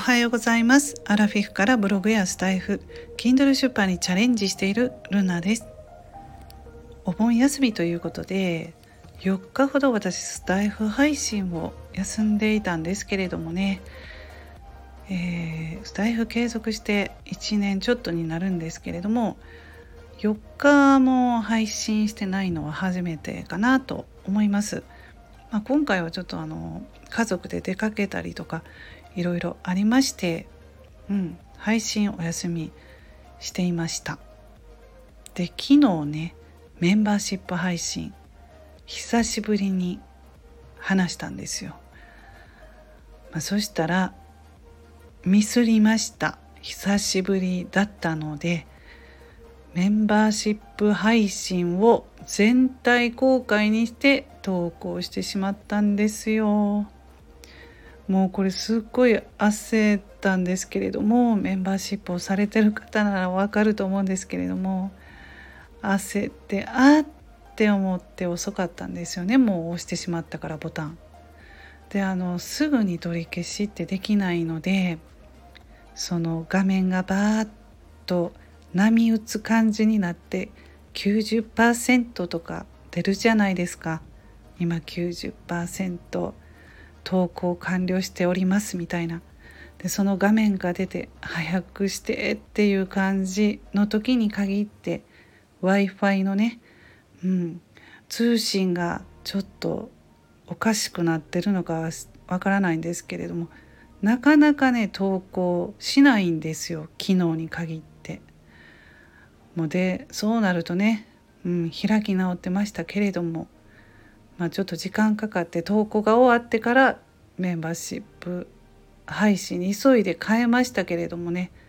はようございます。アラフィフからブログやスタイフ、Kindle 出版にチャレンジしているルナです。お盆休みということで4日ほど私スタイフ配信を休んでいたんですけれどもね、スタイフ継続して1年ちょっとになるんですけれども、4日も配信してないのは初めてかなと思います。今回はちょっと家族で出かけたりとかいろいろありまして、配信お休みしていました。で、昨日ね、メンバーシップ配信久しぶりに話したんですよ。そしたらミスりました。久しぶりだったのでメンバーシップ配信を全体公開にして投稿してしまったんですよ。もうこれすっごい焦ったんですけれども、メンバーシップをされてる方ならわかると思うんですけれども、焦ってって思って遅かったんですよね。もう押してしまったからボタンですぐに取り消しってできないので、その画面がバーッと波打つ感じになって90% とか出るじゃないですか。今 90% 投稿完了しておりますみたいな。でその画面が出て早くしてっていう感じの時に限って Wi-Fi のね、通信がちょっとおかしくなってるのかわからないんですけれども、なかなかね投稿しないんですよ、昨日に限って。でそうなるとね、開き直ってましたけれども、ちょっと時間かかって投稿が終わってからメンバーシップ配信に急いで変えましたけれどもね、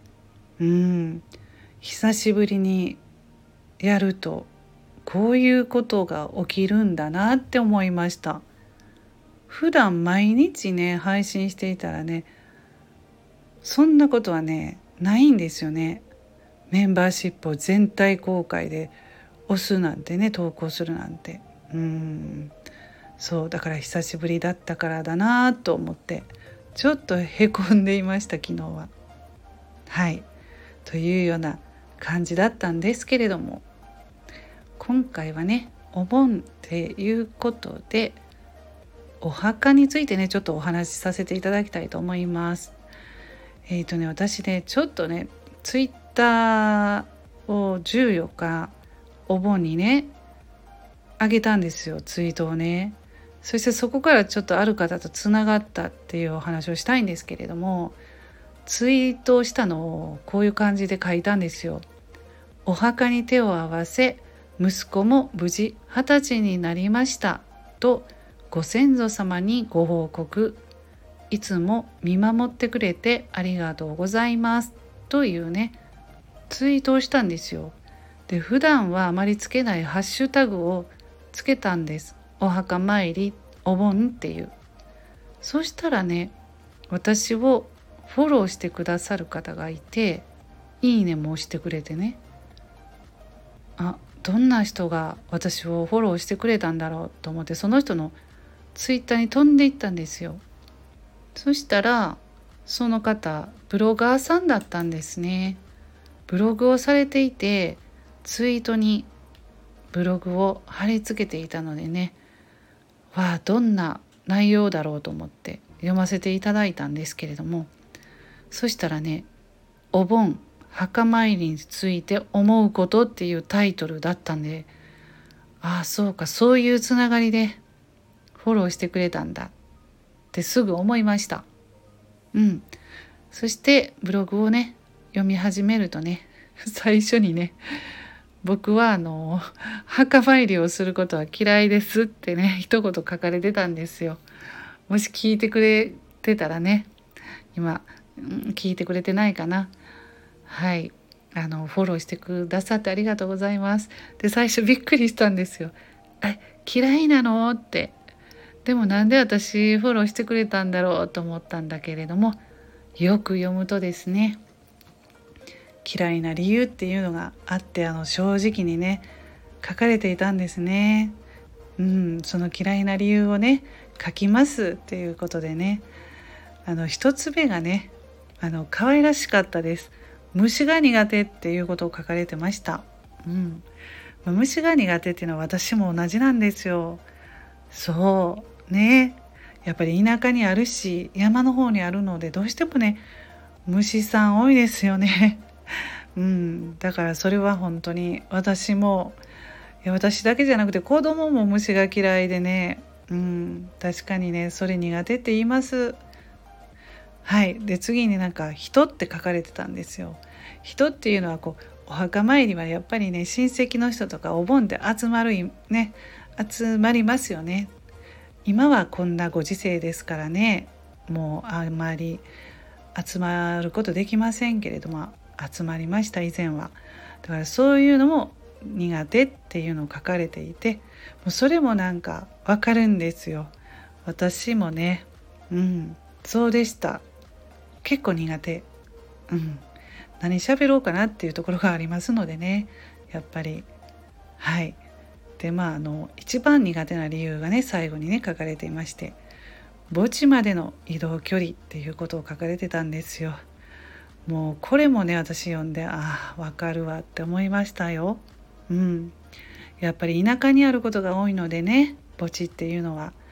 久しぶりにやるとこういうことが起きるんだなって思いました。普段毎日ね配信していたらね、そんなことはねないんですよね。メンバーシップを全体公開で押すなんてね、投稿するなんて、そうだから久しぶりだったからだなと思ってちょっとへこんでいました、昨日は。というような感じだったんですけれども、今回はねお盆っていうことでお墓についてねちょっとお話しさせていただきたいと思います。私ねちょっとねツイッターを14日お盆にねあげたんですよ、ツイートをね。そしてそこからちょっとある方とつながったっていうお話をしたいんですけれども、ツイートをしたのをこういう感じで書いたんですよ。お墓に手を合わせ息子も無事20歳になりましたとご先祖様にご報告、いつも見守ってくれてありがとうございますというねツイートをしたんですよ。で普段はあまりつけないハッシュタグをつけたんです。お墓参りお盆っていう。そしたらね私をフォローしてくださる方がいて、いいねも押してくれてね、どんな人が私をフォローしてくれたんだろうと思って、その人のツイッターに飛んでいったんですよ。そしたらその方ブロガーさんだったんですね。ブログをされていてツイートにブログを貼り付けていたのでね、どんな内容だろうと思って読ませていただいたんですけれども、そしたらねお盆墓参りについて思うことっていうタイトルだったんで、そうか、そういうつながりでフォローしてくれたんだってすぐ思いました。そしてブログをね読み始めるとね、最初にね、僕は墓参りをすることは嫌いですってね一言書かれてたんですよ。もし聞いてくれてたらね、今、聞いてくれてないかな。フォローしてくださってありがとうございます。で最初びっくりしたんですよ。嫌いなのって。でもなんで私フォローしてくれたんだろうと思ったんだけれども、よく読むとですね、嫌いな理由っていうのがあって、正直にね書かれていたんですね。その嫌いな理由をね書きますっていうことでね、 一つ目がね可愛らしかったです。虫が苦手っていうことを書かれてました。虫が苦手っていうのは私も同じなんですよ。そうね、やっぱり田舎にあるし山の方にあるのでどうしてもね虫さん多いですよね。だからそれは本当に私も、いや私だけじゃなくて子供も虫が嫌いでね、確かにねそれ苦手って言います。はい。で次になんか人って書かれてたんですよ。人っていうのはお墓参りはやっぱりね親戚の人とかお盆で集まりますよね。今はこんなご時世ですからね、もうあまり集まることできませんけれども、集まりました以前は。だからそういうのも苦手っていうのを書かれていて、もうそれもなんかわかるんですよ。私もね、そうでした。結構苦手。何喋ろうかなっていうところがありますのでね、やっぱりはい。で一番苦手な理由がね最後にね書かれていまして、墓地までの移動距離っていうことを書かれてたんですよ。もうこれもね私読んでわかるわって思いましたよ。やっぱり田舎にあることが多いのでね、墓地っていうのは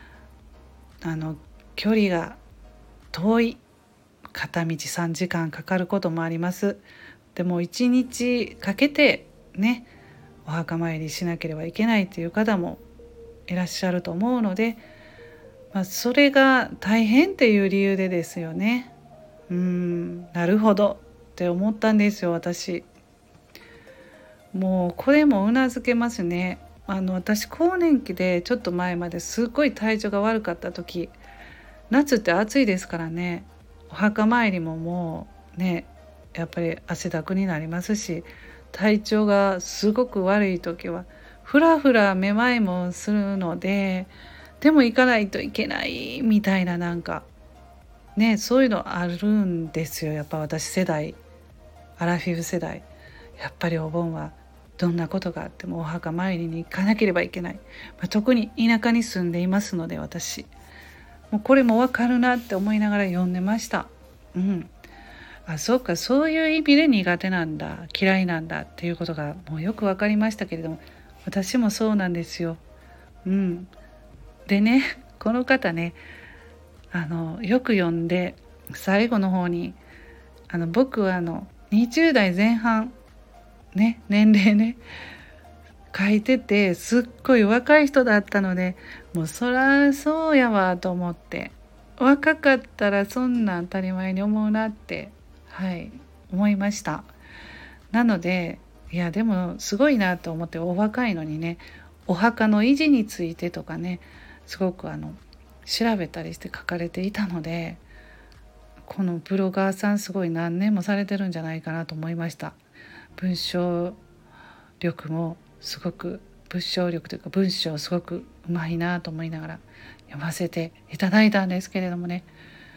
距離が遠い、片道3時間かかることもあります。でも1日かけてねお墓参りしなければいけないという方もいらっしゃると思うので、それが大変っていう理由でですよね。なるほどって思ったんですよ私。もうこれもうなずけますね。私更年期でちょっと前まですごい体調が悪かった時、夏って暑いですからね、お墓参りももうねやっぱり汗だくになりますし、体調がすごく悪い時はふらふらめまいもするので、でも行かないといけないみたいな、なんかねそういうのあるんですよ。やっぱ私世代、アラフィフ世代、やっぱりお盆はどんなことがあってもお墓参りに行かなければいけない、特に田舎に住んでいますので私もうこれもわかるなって思いながら読んでました。そうか、そういう意味で苦手なんだ、嫌いなんだっていうことがもうよくわかりましたけれども、私もそうなんですよ。でね、この方ねよく読んで最後の方に僕は20代前半ね年齢ね書いてて、すっごい若い人だったので、もうそらそうやわと思って、若かったらそんな当たり前に思うなって思いました。なのでいやでもすごいなと思って、お若いのにねお墓の維持についてとかねすごく調べたりして書かれていたので、このブロガーさんすごい何年もされてるんじゃないかなと思いました。文章力もすごく、文章力というか文章すごくうまいなと思いながら読ませていただいたんですけれどもね、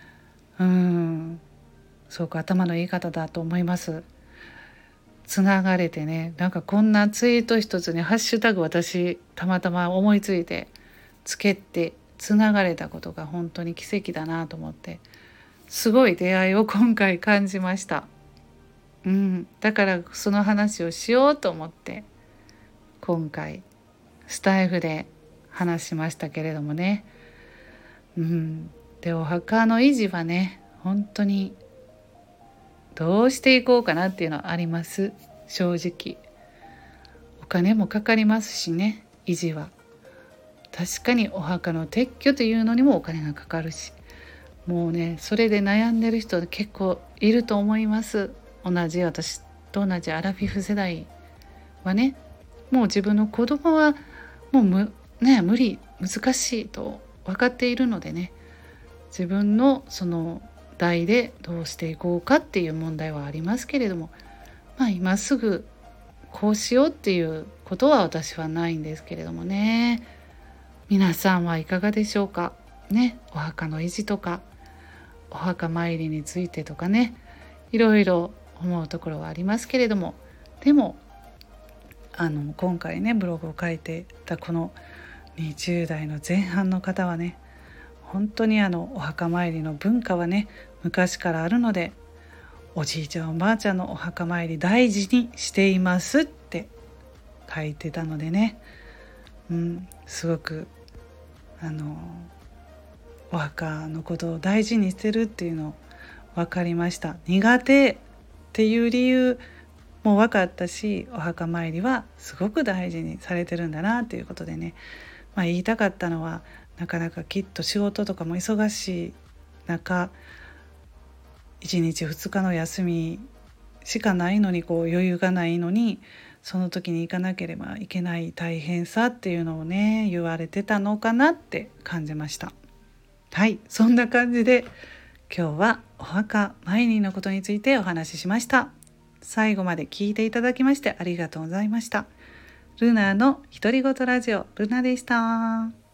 すごく頭のいい方だと思います。つながれてね、なんかこんなツイート一つにハッシュタグ私たまたま思いついてつけてつながれたことが本当に奇跡だなと思って、すごい出会いを今回感じました。だからその話をしようと思って今回スタイフで話しましたけれどもね。でお墓の維持はね本当にどうしていこうかなっていうのはあります。正直お金もかかりますしね、維持は。確かにお墓の撤去というのにもお金がかかるし、もうねそれで悩んでる人結構いると思います。私と同じアラフィフ世代はね、もう自分の子供はもう無理、難しいと分かっているのでね、自分のその代でどうしていこうかっていう問題はありますけれども、今すぐこうしようっていうことは私はないんですけれどもね。皆さんはいかがでしょうかね。お墓の維持とかお墓参りについてとかね、いろいろ思うところはありますけれども、でも今回ねブログを書いてたこの20代の前半の方はね、 本当にお墓参りの文化はね昔からあるので、おじいちゃんおばあちゃんのお墓参り大事にしていますって書いてたのでね、すごくお墓のことを大事にしてるっていうの分かりました。苦手っていう理由も分かったし、お墓参りはすごく大事にされてるんだなということでね、言いたかったのは、なかなかきっと仕事とかも忙しい中、1日2日の休みしかないのに、余裕がないのに、その時に行かなければいけない大変さっていうのをね言われてたのかなって感じました。はい、そんな感じで今日はお墓参りのことについてお話ししました。最後まで聞いていただきましてありがとうございました。ルナの独り言ラジオ、ルナでした。